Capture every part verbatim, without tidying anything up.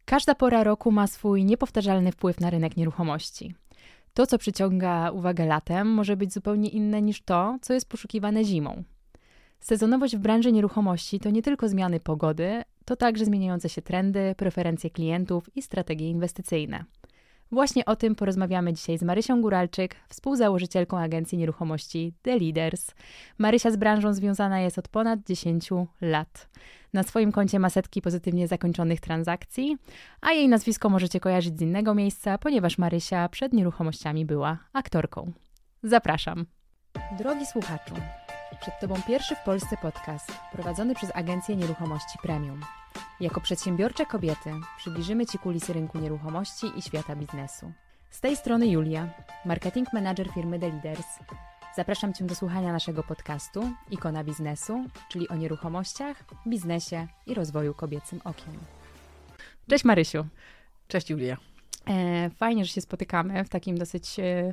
Każda pora roku ma swój niepowtarzalny wpływ na rynek nieruchomości. To, co przyciąga uwagę latem, może być zupełnie inne niż to, co jest poszukiwane zimą. Sezonowość w branży nieruchomości to nie tylko zmiany pogody, to także zmieniające się trendy, preferencje klientów i strategie inwestycyjne. Właśnie o tym porozmawiamy dzisiaj z Marysią Góralczyk, współzałożycielką agencji nieruchomości The Leaders. Marysia z branżą związana jest od ponad dziesięć lat. Na swoim koncie ma setki pozytywnie zakończonych transakcji, a jej nazwisko możecie kojarzyć z innego miejsca, ponieważ Marysia przed nieruchomościami była aktorką. Zapraszam. Drogi słuchaczu, przed Tobą pierwszy w Polsce podcast prowadzony przez agencję nieruchomości Premium. Jako przedsiębiorcze kobiety przybliżymy Ci kulisy rynku nieruchomości i świata biznesu. Z tej strony Julia, marketing manager firmy The Leaders. Zapraszam Cię do słuchania naszego podcastu Ikona Biznesu, czyli o nieruchomościach, biznesie i rozwoju kobiecym okiem. Cześć Marysiu. Cześć Julia. E, fajnie, że się spotykamy w takim dosyć e,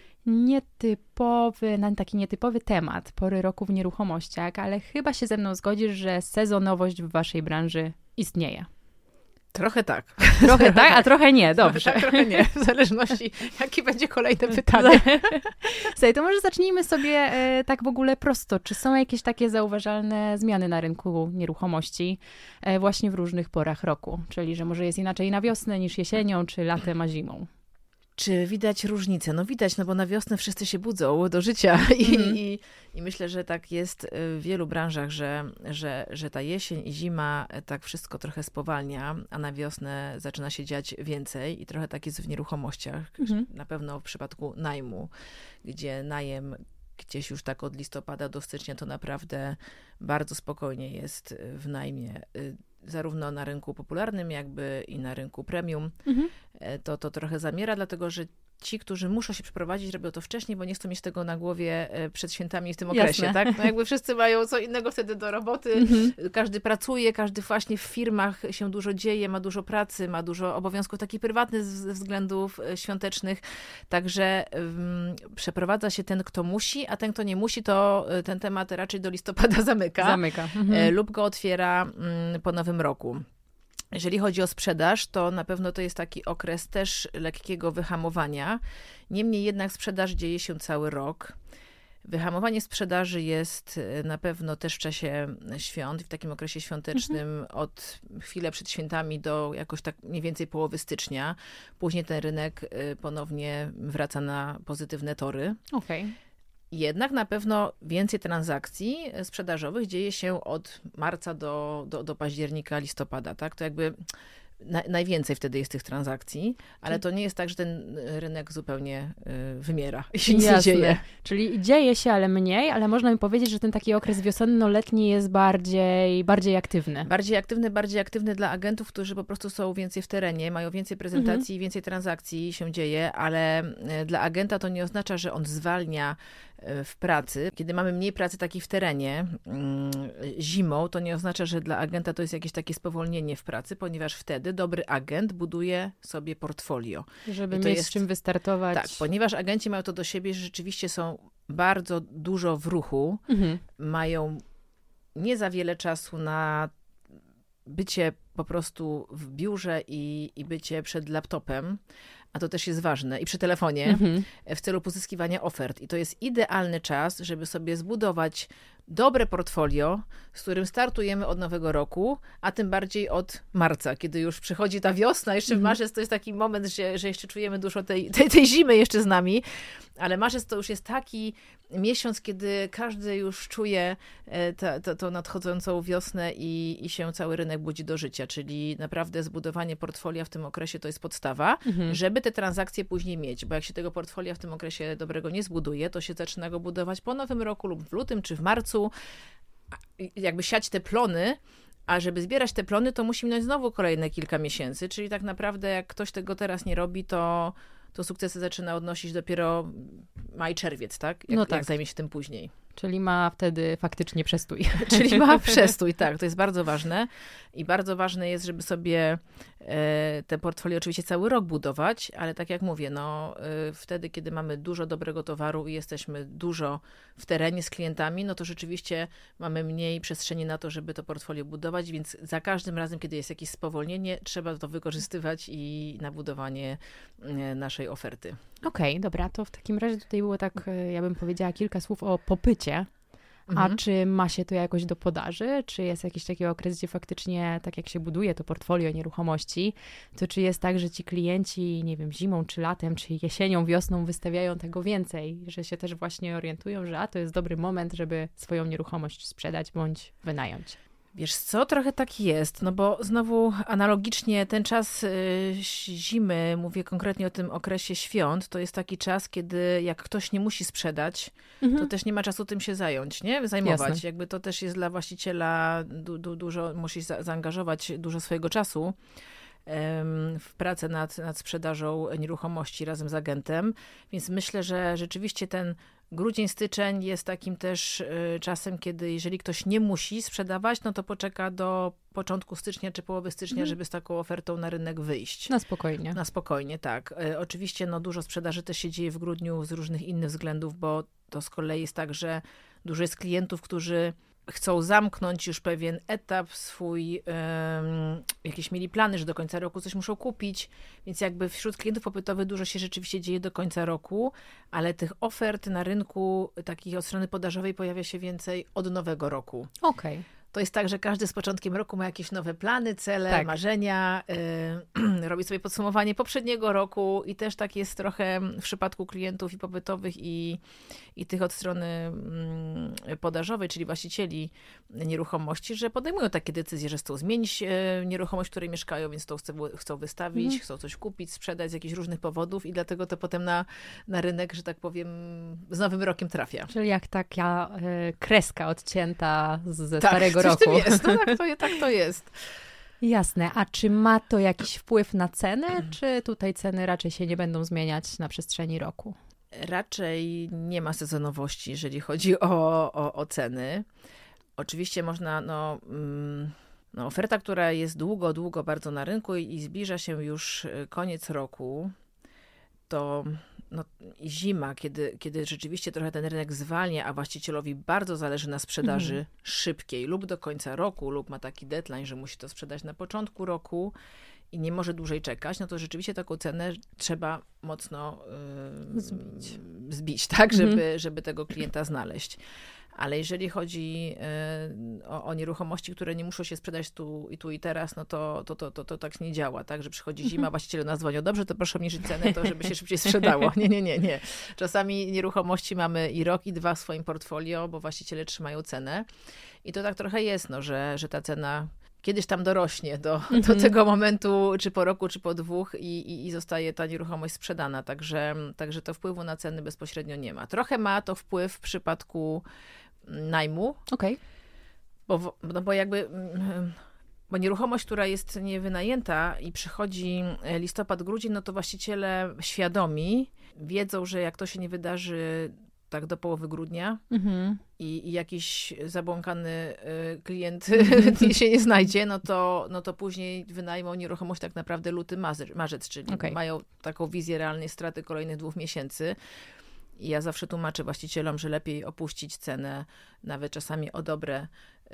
nietypowy, na taki nietypowy temat pory roku w nieruchomościach, ale chyba się ze mną zgodzisz, że sezonowość w Waszej branży istnieje. Trochę tak. Trochę tak, a trochę nie, dobrze. Tak, trochę nie, w zależności jakie będzie kolejne pytanie. Słuchaj, to może zacznijmy sobie e, tak w ogóle prosto. Czy są jakieś takie zauważalne zmiany na rynku nieruchomości e, właśnie w różnych porach roku? Czyli, że może jest inaczej na wiosnę niż jesienią, czy latem, a zimą? Czy widać różnicę? No widać, no bo na wiosnę wszyscy się budzą do życia i, mm. i, i myślę, że tak jest w wielu branżach, że, że, że ta jesień i zima tak wszystko trochę spowalnia, a na wiosnę zaczyna się dziać więcej i trochę tak jest w nieruchomościach. Mm. Na pewno w przypadku najmu, gdzie najem gdzieś już tak od listopada do stycznia to naprawdę bardzo spokojnie jest w najmie. Zarówno na rynku popularnym, jakby i na rynku premium, mhm. to, to trochę zamiera, dlatego że ci, którzy muszą się przeprowadzić, robią to wcześniej, bo nie chcą mieć tego na głowie przed świętami w tym okresie, Jasne. tak? No jakby wszyscy mają co innego wtedy do roboty, mhm. każdy pracuje, każdy właśnie w firmach się dużo dzieje, ma dużo pracy, ma dużo obowiązków takich prywatnych ze względów świątecznych, także um, przeprowadza się ten, kto musi, a ten, kto nie musi, to ten temat raczej do listopada zamyka. Zamyka. Mhm. Lub go otwiera um, po nowym roku. Jeżeli chodzi o sprzedaż, to na pewno to jest taki okres też lekkiego wyhamowania. Niemniej jednak sprzedaż dzieje się cały rok. Wyhamowanie sprzedaży jest na pewno też w czasie świąt, w takim okresie świątecznym mhm. od chwilę przed świętami do jakoś tak mniej więcej połowy stycznia. Później ten rynek ponownie wraca na pozytywne tory. Okej. Okay. Jednak na pewno więcej transakcji sprzedażowych dzieje się od marca do, do, do października, listopada, tak? To jakby na, najwięcej wtedy jest tych transakcji, ale to nie jest tak, że ten rynek zupełnie y, wymiera i się nic nie dzieje. Czyli dzieje się, ale mniej, ale można mi powiedzieć, że ten taki okres wiosenno-letni jest bardziej, bardziej aktywny. Bardziej aktywny, bardziej aktywny dla agentów, którzy po prostu są więcej w terenie, mają więcej prezentacji, mhm. więcej transakcji się dzieje, ale dla agenta to nie oznacza, że on zwalnia w pracy. Kiedy mamy mniej pracy takiej w terenie zimą, to nie oznacza, że dla agenta to jest jakieś takie spowolnienie w pracy, ponieważ wtedy dobry agent buduje sobie portfolio. Żeby mieć jest, z czym wystartować. Tak, ponieważ agenci mają to do siebie, że rzeczywiście są bardzo dużo w ruchu, mhm. mają nie za wiele czasu na bycie po prostu w biurze i, i bycie przed laptopem, a to też jest ważne, i przy telefonie, mhm. w celu pozyskiwania ofert. I to jest idealny czas, żeby sobie zbudować dobre portfolio, z którym startujemy od nowego roku, a tym bardziej od marca, kiedy już przychodzi ta wiosna. Jeszcze w marzec to jest taki moment, że, że jeszcze czujemy dużo tej, tej, tej zimy jeszcze z nami, ale marzec to już jest taki miesiąc, kiedy każdy już czuje tą nadchodzącą wiosnę i, i się cały rynek budzi do życia, czyli naprawdę zbudowanie portfolia w tym okresie to jest podstawa, mhm. żeby te transakcje później mieć, bo jak się tego portfolia w tym okresie dobrego nie zbuduje, to się zaczyna go budować po nowym roku lub w lutym czy w marcu, jakby siać te plony, a żeby zbierać te plony, to musi minąć znowu kolejne kilka miesięcy, czyli tak naprawdę jak ktoś tego teraz nie robi, to, to sukcesy zaczyna odnosić dopiero maj, czerwiec, tak? Jak, no tak. jak zajmie się tym później. Czyli ma wtedy faktycznie przestój. Czyli ma przestój, tak. To jest bardzo ważne. I bardzo ważne jest, żeby sobie e, te portfolio oczywiście cały rok budować, ale tak jak mówię, no e, wtedy, kiedy mamy dużo dobrego towaru i jesteśmy dużo w terenie z klientami, no to rzeczywiście mamy mniej przestrzeni na to, żeby to portfolio budować, więc za każdym razem, kiedy jest jakieś spowolnienie, trzeba to wykorzystywać i na budowanie e, naszej oferty. Okej, okay, dobra, to w takim razie tutaj było tak, ja bym powiedziała kilka słów o popycie. A mhm. czy ma się to jakoś do podaży? Czy jest jakiś taki okres, gdzie faktycznie, tak jak się buduje to portfolio nieruchomości, to czy jest tak, że ci klienci, nie wiem, zimą, czy latem, czy jesienią, wiosną wystawiają tego więcej, że się też właśnie orientują, że a, to jest dobry moment, żeby swoją nieruchomość sprzedać bądź wynająć? Wiesz co, trochę tak jest, no bo znowu analogicznie ten czas y, zimy, mówię konkretnie o tym okresie świąt, to jest taki czas, kiedy jak ktoś nie musi sprzedać, mhm. to też nie ma czasu tym się zająć, nie? Zajmować. Jasne. Jakby to też jest dla właściciela du, du, dużo, musi za, zaangażować dużo swojego czasu w pracę nad, nad sprzedażą nieruchomości razem z agentem, więc myślę, że rzeczywiście ten grudzień, styczeń jest takim też czasem, kiedy jeżeli ktoś nie musi sprzedawać, no to poczeka do początku stycznia czy połowy stycznia, mhm. żeby z taką ofertą na rynek wyjść. Na spokojnie. Na spokojnie, tak. Oczywiście no, dużo sprzedaży też się dzieje w grudniu z różnych innych względów, bo to z kolei jest tak, że dużo jest klientów, którzy chcą zamknąć już pewien etap swój, um, jakieś mieli plany, że do końca roku coś muszą kupić, więc jakby wśród klientów popytowych dużo się rzeczywiście dzieje do końca roku, ale tych ofert na rynku takich od strony podażowej pojawia się więcej od nowego roku. Okej. Okay. To jest tak, że każdy z początkiem roku ma jakieś nowe plany, cele, tak. marzenia, yy, robi sobie podsumowanie poprzedniego roku i też tak jest trochę w przypadku klientów i popytowych i, i tych od strony yy, podażowej, czyli właścicieli nieruchomości, że podejmują takie decyzje, że chcą zmienić yy, nieruchomość, w której mieszkają, więc to chcą, chcą wystawić, mm. chcą coś kupić, sprzedać z jakichś różnych powodów i dlatego to potem na, na rynek, że tak powiem, z nowym rokiem trafia. Czyli jak taka yy, kreska odcięta ze tak. starego Coś w tym jest, no tak to, tak to jest. Jasne, a czy ma to jakiś wpływ na cenę, czy tutaj ceny raczej się nie będą zmieniać na przestrzeni roku? Raczej nie ma sezonowości, jeżeli chodzi o, o, o ceny. Oczywiście można, no, no, oferta, która jest długo, długo bardzo na rynku i, i zbliża się już koniec roku, to no, zima, kiedy, kiedy rzeczywiście trochę ten rynek zwalnia, a właścicielowi bardzo zależy na sprzedaży mhm. szybkiej lub do końca roku, lub ma taki deadline, że musi to sprzedać na początku roku i nie może dłużej czekać, no to rzeczywiście taką cenę trzeba mocno yy, zbić. zbić, tak, mhm. żeby, żeby tego klienta znaleźć. Ale jeżeli chodzi y, o, o nieruchomości, które nie muszą się sprzedać tu i tu i teraz, no to, to, to, to, to tak nie działa, tak? Że przychodzi zima, właściciele nas dzwonią, dobrze, to proszę obniżyć cenę, to żeby się szybciej sprzedało. Nie, nie, nie, nie. Czasami nieruchomości mamy i rok, i dwa w swoim portfolio, bo właściciele trzymają cenę. I to tak trochę jest, no, że, że ta cena kiedyś tam dorośnie do, mm-hmm. do tego momentu, czy po roku, czy po dwóch i, i, i zostaje ta nieruchomość sprzedana. Także, także to wpływu na ceny bezpośrednio nie ma. Trochę ma to wpływ w przypadku najmu. Okej. Okay. Bo, no bo jakby... Bo nieruchomość, która jest niewynajęta i przychodzi listopad, grudzień, no to właściciele świadomi wiedzą, że jak to się nie wydarzy tak do połowy grudnia mm-hmm. i, i jakiś zabłąkany y, klient się nie znajdzie, no to, no to później wynajmą nieruchomość tak naprawdę luty, marzec, czyli okay. mają taką wizję realnej straty kolejnych dwóch miesięcy. I ja zawsze tłumaczę właścicielom, że lepiej opuścić cenę nawet czasami o dobre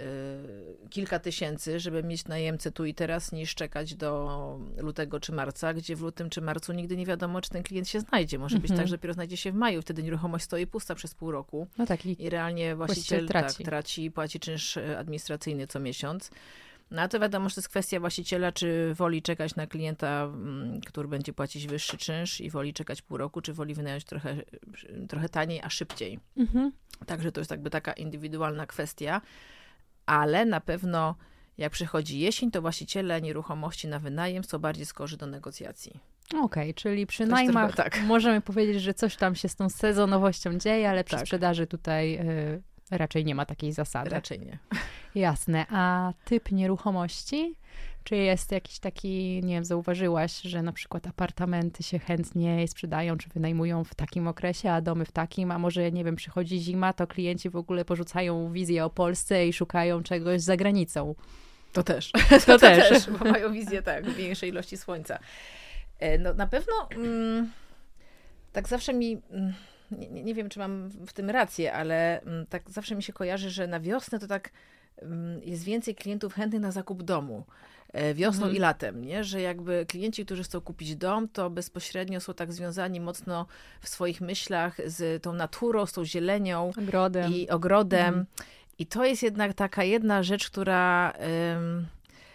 y, kilka tysięcy, żeby mieć najemcę tu i teraz, niż czekać do lutego czy marca, gdzie w lutym czy marcu nigdy nie wiadomo, czy ten klient się znajdzie. Może mm-hmm. być tak, że dopiero znajdzie się w maju, wtedy nieruchomość stoi pusta przez pół roku. No tak, i, i realnie właściciel, właściciel traci. Tak, traci i płaci czynsz administracyjny co miesiąc. No a to wiadomo, że to jest kwestia właściciela, czy woli czekać na klienta, który będzie płacić wyższy czynsz i woli czekać pół roku, czy woli wynająć trochę, trochę taniej, a szybciej. Mhm. Także to jest jakby taka indywidualna kwestia, ale na pewno jak przychodzi jesień, to właściciele nieruchomości na wynajem są bardziej skorzy do negocjacji. Okej, okay, czyli przy najmach tak. możemy powiedzieć, że coś tam się z tą sezonowością dzieje, ale przy tak. sprzedaży tutaj... Yy... Raczej nie ma takiej zasady. Raczej nie. Jasne. A typ nieruchomości? Czy jest jakiś taki, nie wiem, zauważyłaś, że na przykład apartamenty się chętnie sprzedają, czy wynajmują w takim okresie, a domy w takim, a może, nie wiem, przychodzi zima, to klienci w ogóle porzucają wizję o Polsce i szukają czegoś za granicą. To też. To, to też. też, bo mają wizję, tak, większej ilości słońca. No na pewno mm, tak zawsze mi, mm, nie, nie wiem, czy mam w tym rację, ale mm, tak zawsze mi się kojarzy, że na wiosnę to tak mm, jest więcej klientów chętnych na zakup domu. Wiosną mhm. i latem, nie? Że jakby klienci, którzy chcą kupić dom, to bezpośrednio są tak związani mocno w swoich myślach z tą naturą, z tą zielenią ogrodem. i ogrodem. Mhm. I to jest jednak taka jedna rzecz, która... Ym,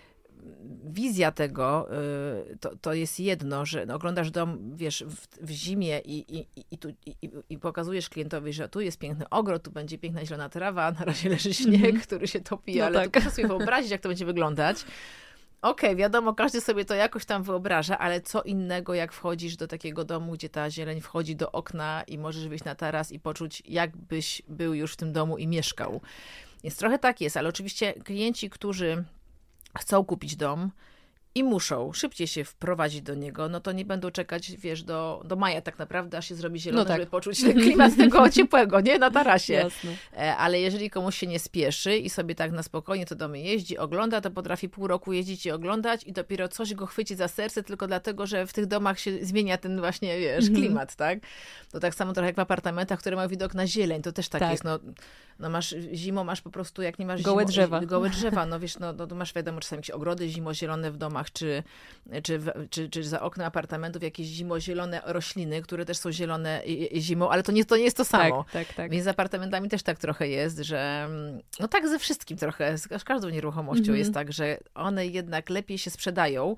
wizja tego, y, to, to jest jedno, że no, oglądasz dom, wiesz, w, w zimie i, i, i, tu, i, i pokazujesz klientowi, że tu jest piękny ogród, tu będzie piękna zielona trawa, na razie leży śnieg, mm-hmm. który się topi, no ale tak. to proszę sobie wyobrazić, jak to będzie wyglądać. Okej, okay, wiadomo, każdy sobie to jakoś tam wyobraża, ale co innego, jak wchodzisz do takiego domu, gdzie ta zieleń wchodzi do okna i możesz wyjść na taras i poczuć, jakbyś był już w tym domu i mieszkał. Więc trochę tak jest, ale oczywiście klienci, którzy chcą kupić dom i muszą szybciej się wprowadzić do niego, no to nie będą czekać, wiesz, do, do maja tak naprawdę, aż się zrobi zielone, no tak. żeby poczuć ten klimat tego ciepłego, nie? Na tarasie. Jasne. Ale jeżeli komuś się nie spieszy i sobie tak na spokojnie to domy jeździ, ogląda, to potrafi pół roku jeździć i oglądać i dopiero coś go chwyci za serce tylko dlatego, że w tych domach się zmienia ten właśnie, wiesz, klimat, tak? To tak samo trochę jak w apartamentach, które mają widok na zieleń, to też tak, tak. jest, no, no masz, zimą masz po prostu, jak nie masz gołe zimo, drzewa. Gołe drzewa, no wiesz, no, no to masz wiadomo, czasami jakieś ogrody zimozielone w domach, czy, czy, czy, czy za okna apartamentów jakieś zimozielone rośliny, które też są zielone zimą, ale to nie, to nie jest to samo. Tak, tak, tak. Więc z apartamentami też tak trochę jest, że no tak ze wszystkim trochę, z każdą nieruchomością mm-hmm. jest tak, że one jednak lepiej się sprzedają,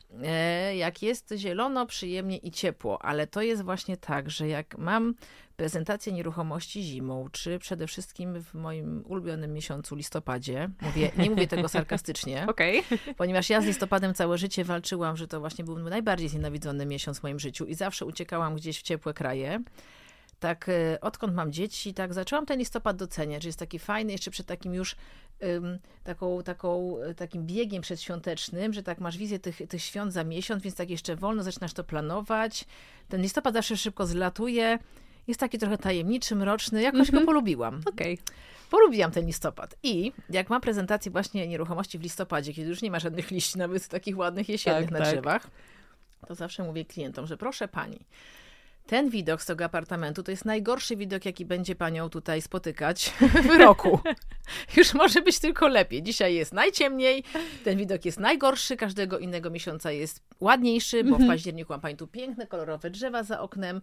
jak jest zielono, przyjemnie i ciepło, ale to jest właśnie tak, że jak mam prezentację nieruchomości zimą, czy przede wszystkim w moim ulubionym miesiącu listopadzie, mówię, nie mówię tego sarkastycznie, okay. ponieważ ja z listopadem całe życie walczyłam, że to właśnie był najbardziej znienawidzony miesiąc w moim życiu i zawsze uciekałam gdzieś w ciepłe kraje. Tak, odkąd mam dzieci, tak zaczęłam ten listopad doceniać, że jest taki fajny, jeszcze przed takim już um, taką, taką, takim biegiem przedświątecznym, że tak masz wizję tych, tych świąt za miesiąc, więc tak jeszcze wolno zaczynasz to planować. Ten listopad zawsze szybko zlatuje. Jest taki trochę tajemniczy, mroczny. Jakoś mm-hmm. go polubiłam. Okej. Okay. Polubiłam ten listopad. I jak mam prezentację właśnie nieruchomości w listopadzie, kiedy już nie ma żadnych liści, nawet takich ładnych jesiennych tak, na tak. drzewach, to zawsze mówię klientom, że proszę pani, ten widok z tego apartamentu to jest najgorszy widok, jaki będzie panią tutaj spotykać w roku. Już może być tylko lepiej. Dzisiaj jest najciemniej, ten widok jest najgorszy, każdego innego miesiąca jest ładniejszy, bo w październiku ma pani tu piękne, kolorowe drzewa za oknem,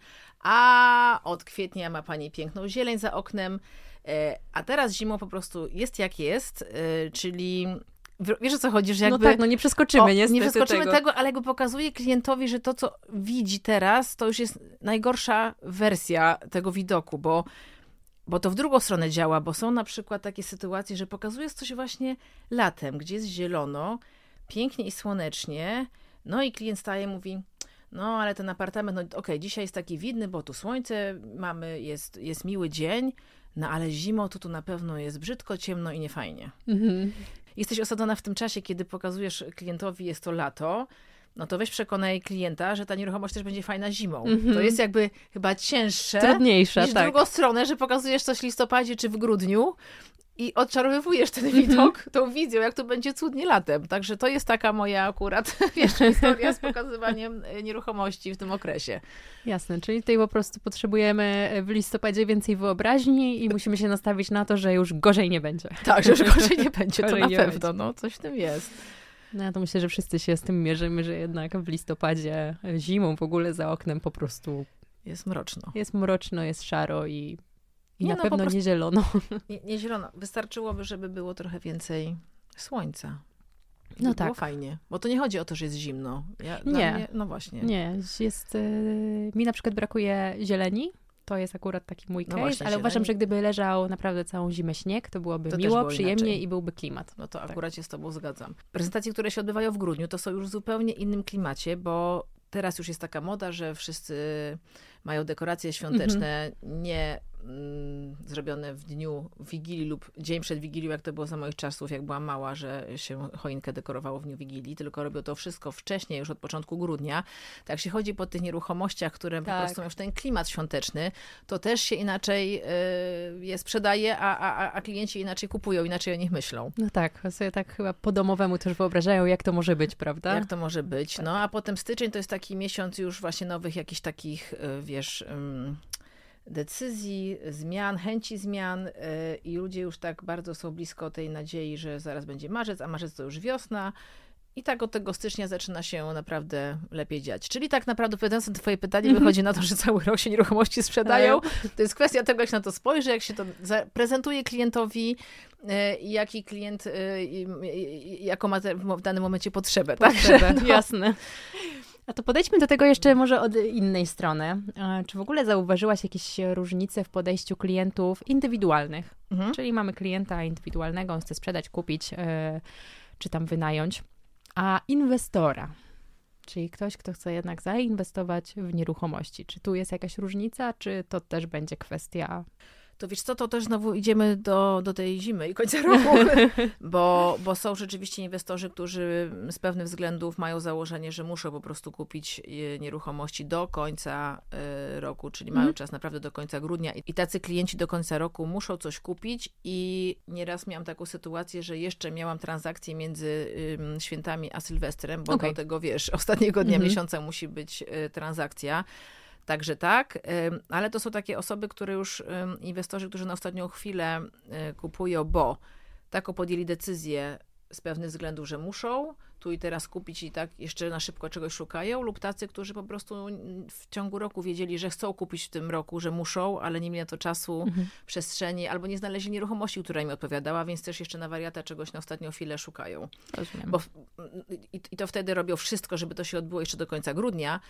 a od kwietnia ma pani piękną zieleń za oknem, a teraz zimą po prostu jest jak jest, czyli... Wiesz, o co chodzi, że jakby... No tak, no nie przeskoczymy, o, niestety Nie przeskoczymy tego. tego, ale jakby pokazuje klientowi, że to, co widzi teraz, to już jest najgorsza wersja tego widoku, bo, bo to w drugą stronę działa, bo są na przykład takie sytuacje, że pokazujesz coś właśnie latem, gdzie jest zielono, pięknie i słonecznie, no i klient staje i mówi... No, ale ten apartament, no okej, okay, dzisiaj jest taki widny, bo tu słońce mamy, jest, jest miły dzień, no ale zimą to tu na pewno jest brzydko, ciemno i niefajnie. Mhm. Jesteś osadzona w tym czasie, kiedy pokazujesz klientowi, jest to lato, no to weź przekonaj klienta, że ta nieruchomość też będzie fajna zimą. Mm-hmm. To jest jakby chyba cięższe Trudniejsze, niż tak. w drugą stronę, że pokazujesz coś w listopadzie czy w grudniu i odczarowywujesz ten widok, mm-hmm. tą wizją, jak to będzie cudnie latem. Także to jest taka moja akurat, wiesz, historia z pokazywaniem nieruchomości w tym okresie. Jasne, czyli tutaj po prostu potrzebujemy w listopadzie więcej wyobraźni i musimy się nastawić na to, że już gorzej nie będzie. Tak, że już gorzej nie będzie, gorzej to na pewno, będzie. no coś w tym jest. No ja to myślę, że wszyscy się z tym mierzymy, że jednak w listopadzie, zimą w ogóle za oknem po prostu... Jest mroczno. Jest mroczno, jest szaro i, i nie, na no, pewno prostu, nie zielono. Nie, nie zielono. Wystarczyłoby, żeby było trochę więcej słońca. No tak. Było tak. fajnie. Bo to nie chodzi o to, że jest zimno. Ja, nie. Mnie, no właśnie. Nie. Jest, yy, mi na przykład brakuje zieleni. To jest akurat taki mój case, no właśnie, ale zieleni. Uważam, że gdyby leżał naprawdę całą zimę śnieg, to byłoby to miło, było przyjemnie inaczej. I byłby klimat. No to tak. akurat się z tobą zgadzam. Prezentacje, które się odbywają w grudniu, to są już w zupełnie innym klimacie, bo teraz już jest taka moda, że wszyscy mają dekoracje świąteczne, mhm. nie mm, zrobione w dniu Wigilii lub dzień przed Wigilią, jak to było za moich czasów, jak byłam mała, że się choinkę dekorowało w dniu Wigilii, tylko robią to wszystko wcześniej, już od początku grudnia. Tak jak się chodzi po tych nieruchomościach, które tak. po prostu mają już ten klimat świąteczny, to też się inaczej y, je sprzedaje, a, a, a klienci inaczej kupują, inaczej o nich myślą. No tak, sobie tak chyba po domowemu też wyobrażają, jak to może być, prawda? Jak to może być. Tak. No a potem styczeń to jest taki miesiąc już właśnie nowych jakichś takich, wiesz... Um, decyzji, zmian, chęci zmian yy, i ludzie już tak bardzo są blisko tej nadziei, że zaraz będzie marzec, a marzec to już wiosna i tak od tego stycznia zaczyna się naprawdę lepiej dziać. Czyli tak naprawdę, odpowiadając na twoje pytanie, wychodzi na to, że cały rok się nieruchomości sprzedają. To jest kwestia tego, jak się na to spojrzy, jak się to prezentuje klientowi, yy, jaki klient, yy, jaką ma w danym momencie potrzebę. Potrzebę, tak? No. Jasne. A to podejdźmy do tego jeszcze może od innej strony. Czy w ogóle zauważyłaś jakieś różnice w podejściu klientów indywidualnych? Mhm. Czyli mamy klienta indywidualnego, on chce sprzedać, kupić, yy, czy tam wynająć, a inwestora, czyli ktoś, kto chce jednak zainwestować w nieruchomości. Czy tu jest jakaś różnica, czy to też będzie kwestia... To wiesz co, to też znowu idziemy do, do tej zimy i końca roku, bo, bo są rzeczywiście inwestorzy, którzy z pewnych względów mają założenie, że muszą po prostu kupić nieruchomości do końca roku, czyli mają mm. czas naprawdę do końca grudnia i tacy klienci do końca roku muszą coś kupić i nieraz miałam taką sytuację, że jeszcze miałam transakcję między um, świętami a Sylwestrem, bo okay. do tego, wiesz, ostatniego dnia mm-hmm. miesiąca musi być y, transakcja. Także tak, ale to są takie osoby, które już, inwestorzy, którzy na ostatnią chwilę kupują, bo taką podjęli decyzję z pewnych względów, że muszą tu i teraz kupić i tak jeszcze na szybko czegoś szukają, lub tacy, którzy po prostu w ciągu roku wiedzieli, że chcą kupić w tym roku, że muszą, ale nie mieli na to czasu, mhm. przestrzeni, albo nie znaleźli nieruchomości, która im odpowiadała, więc też jeszcze na wariata czegoś na ostatnią chwilę szukają. Rozumiem. Bo, i, I to wtedy robią wszystko, żeby to się odbyło jeszcze do końca grudnia,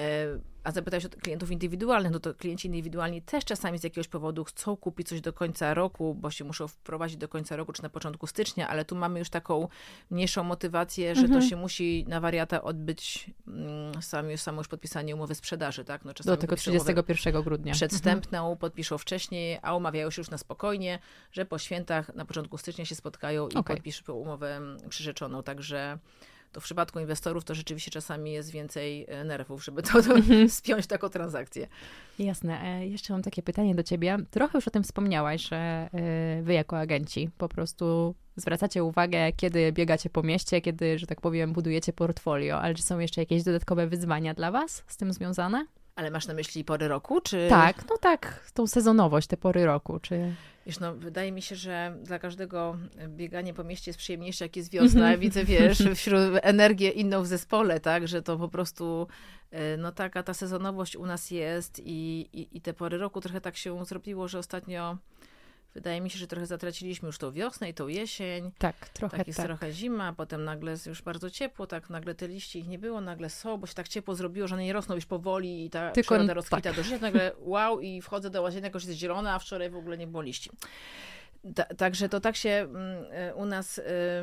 a zapytałeś o klientów indywidualnych, no to klienci indywidualni też czasami z jakiegoś powodu chcą kupić coś do końca roku, bo się muszą wprowadzić do końca roku, czy na początku stycznia, ale tu mamy już taką mniejszą motywację, że mhm. to się musi na wariata odbyć mm, sam, samo już podpisanie umowy sprzedaży, tak? No, do tego trzydziestego pierwszego grudnia. Przedstępną mhm. podpiszą wcześniej, a umawiają się już na spokojnie, że po świętach na początku stycznia się spotkają i okay. podpiszą umowę przyrzeczoną, także to w przypadku inwestorów to rzeczywiście czasami jest więcej nerwów, żeby to, to spiąć taką transakcję. Jasne. Jeszcze mam takie pytanie do ciebie. Trochę już o tym wspomniałaś, że wy jako agenci po prostu zwracacie uwagę, kiedy biegacie po mieście, kiedy, że tak powiem, budujecie portfolio, ale czy są jeszcze jakieś dodatkowe wyzwania dla was z tym związane? Ale masz na myśli pory roku, czy... Tak, no tak, tą sezonowość, te pory roku, czy... Wiesz, no, wydaje mi się, że dla każdego bieganie po mieście jest przyjemniejsze, jak jest wiosna. Ja widzę, wiesz, wśród energię inną w zespole, tak, że to po prostu, no taka ta sezonowość u nas jest i, i, i te pory roku trochę tak się zrobiło, że ostatnio wydaje mi się, że trochę zatraciliśmy już tą wiosnę i tą jesień. Tak, trochę tak. Jest tak. trochę zima, potem nagle jest już bardzo ciepło, tak nagle te liście ich nie było, nagle są, bo się tak ciepło zrobiło, że one nie rosną już powoli i ta Tylko, przyroda rozkwita tak. do życia. Nagle wow i wchodzę do łazienek, już jest zielona, a wczoraj w ogóle nie było liści. Ta, także to tak się y, u nas y,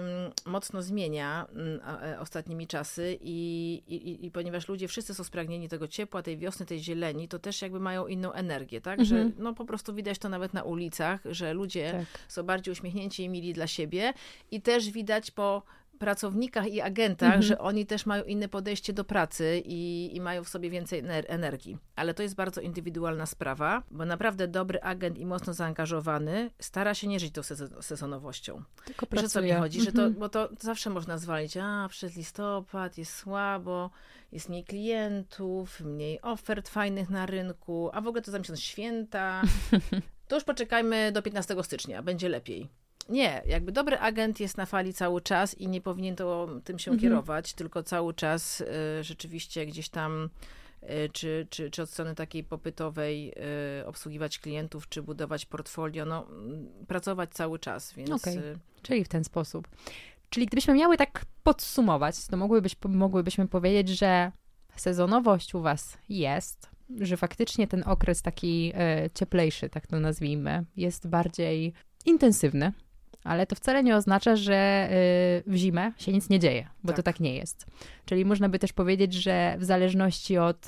mocno zmienia y, ostatnimi czasy i, i, i ponieważ ludzie wszyscy są spragnieni tego ciepła, tej wiosny, tej zieleni, to też jakby mają inną energię, tak? Mhm. Że no po prostu widać to nawet na ulicach, że ludzie tak. są bardziej uśmiechnięci i mili dla siebie i też widać po pracownikach i agentach, mhm. że oni też mają inne podejście do pracy i, i mają w sobie więcej energii. Ale to jest bardzo indywidualna sprawa, bo naprawdę dobry agent i mocno zaangażowany stara się nie żyć tą sezonowością. Tylko Wiesz, o co mi chodzi? Że to, bo to zawsze można zwalić, a przez listopad jest słabo, jest mniej klientów, mniej ofert fajnych na rynku, a w ogóle to za miesiąc święta. To już poczekajmy do piętnastego stycznia, będzie lepiej. Nie, jakby dobry agent jest na fali cały czas i nie powinien to tym się mhm. kierować, tylko cały czas y, rzeczywiście gdzieś tam y, czy, czy, czy od strony takiej popytowej y, obsługiwać klientów, czy budować portfolio, no pracować cały czas, więc... Okay. Y... Czyli w ten sposób. Czyli gdybyśmy miały tak podsumować, to mogłybyś, mogłybyśmy powiedzieć, że sezonowość u was jest, że faktycznie ten okres taki y, cieplejszy, tak to nazwijmy, jest bardziej intensywny. Ale to wcale nie oznacza, że w zimę się nic nie dzieje, bo tak. to tak nie jest. Czyli można by też powiedzieć, że w zależności od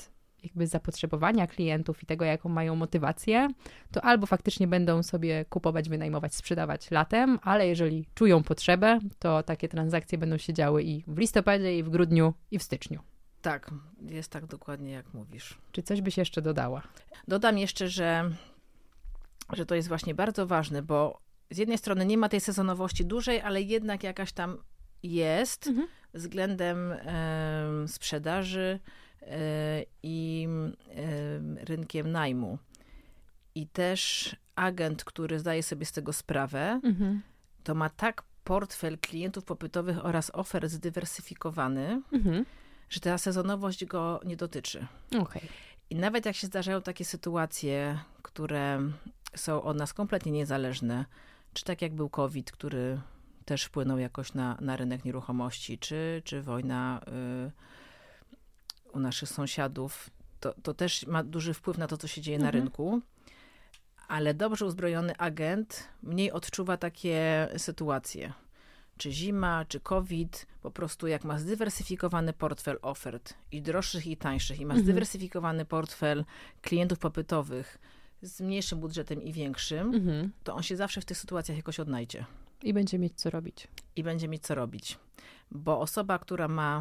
jakby zapotrzebowania klientów i tego, jaką mają motywację, to albo faktycznie będą sobie kupować, wynajmować, sprzedawać latem, ale jeżeli czują potrzebę, to takie transakcje będą się działy i w listopadzie, i w grudniu, i w styczniu. Tak, jest tak dokładnie jak mówisz. Czy coś byś jeszcze dodała? Dodam jeszcze, że, że to jest właśnie bardzo ważne, bo z jednej strony nie ma tej sezonowości dużej, ale jednak jakaś tam jest mhm. względem e, sprzedaży e, i e, rynkiem najmu. I też agent, który zdaje sobie z tego sprawę, mhm. to ma tak portfel klientów popytowych oraz ofert zdywersyfikowany, mhm. że ta sezonowość go nie dotyczy. Okay. I nawet jak się zdarzają takie sytuacje, które są od nas kompletnie niezależne, czy tak jak był COVID, który też wpłynął jakoś na, na rynek nieruchomości, czy, czy wojna y, u naszych sąsiadów, to, to też ma duży wpływ na to, co się dzieje mhm. na rynku. Ale dobrze uzbrojony agent mniej odczuwa takie sytuacje. Czy zima, czy COVID, po prostu jak ma zdywersyfikowany portfel ofert i droższych, i tańszych, i ma mhm. zdywersyfikowany portfel klientów popytowych z mniejszym budżetem i większym, mhm. to on się zawsze w tych sytuacjach jakoś odnajdzie. I będzie mieć co robić. I będzie mieć co robić. Bo osoba, która ma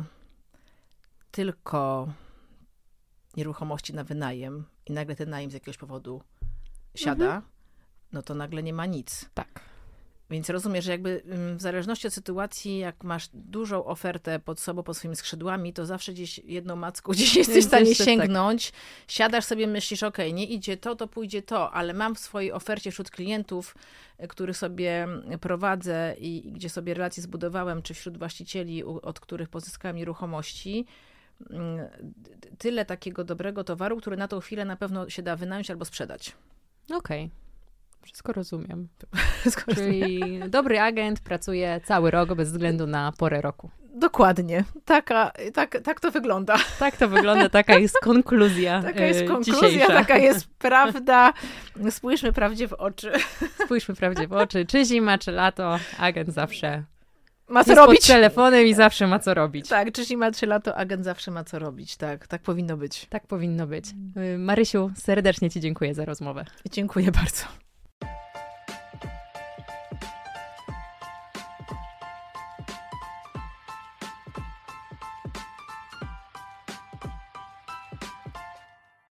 tylko nieruchomości na wynajem i nagle ten najem z jakiegoś powodu siada, mhm. no to nagle nie ma nic. Tak. Więc rozumiem, że jakby w zależności od sytuacji, jak masz dużą ofertę pod sobą, pod swoimi skrzydłami, to zawsze gdzieś jedną macką gdzieś jesteś w stanie sięgnąć. Tak. Siadasz sobie, myślisz, okej, okay, nie idzie to, to pójdzie to, ale mam w swojej ofercie wśród klientów, których sobie prowadzę i, i gdzie sobie relacje zbudowałem, czy wśród właścicieli, u, od których pozyskałem nieruchomości, tyle takiego dobrego towaru, który na tą chwilę na pewno się da wynająć albo sprzedać. Okej. Okay. Wszystko rozumiem. Wszystko Czyli rozumiem. Dobry agent pracuje cały rok bez względu na porę roku. Dokładnie. Taka, tak, tak to wygląda. Tak to wygląda, taka jest konkluzja Taka jest konkluzja, dzisiejsza. Taka jest prawda. Spójrzmy prawdzie w oczy. Spójrzmy prawdzie w oczy. Czy zima, czy lato, agent zawsze ma co robić. Pod telefonem i zawsze ma co robić. Tak, czy zima, czy lato, agent zawsze ma co robić. Tak, tak powinno być. Tak powinno być. Marysiu, serdecznie ci dziękuję za rozmowę. Dziękuję bardzo.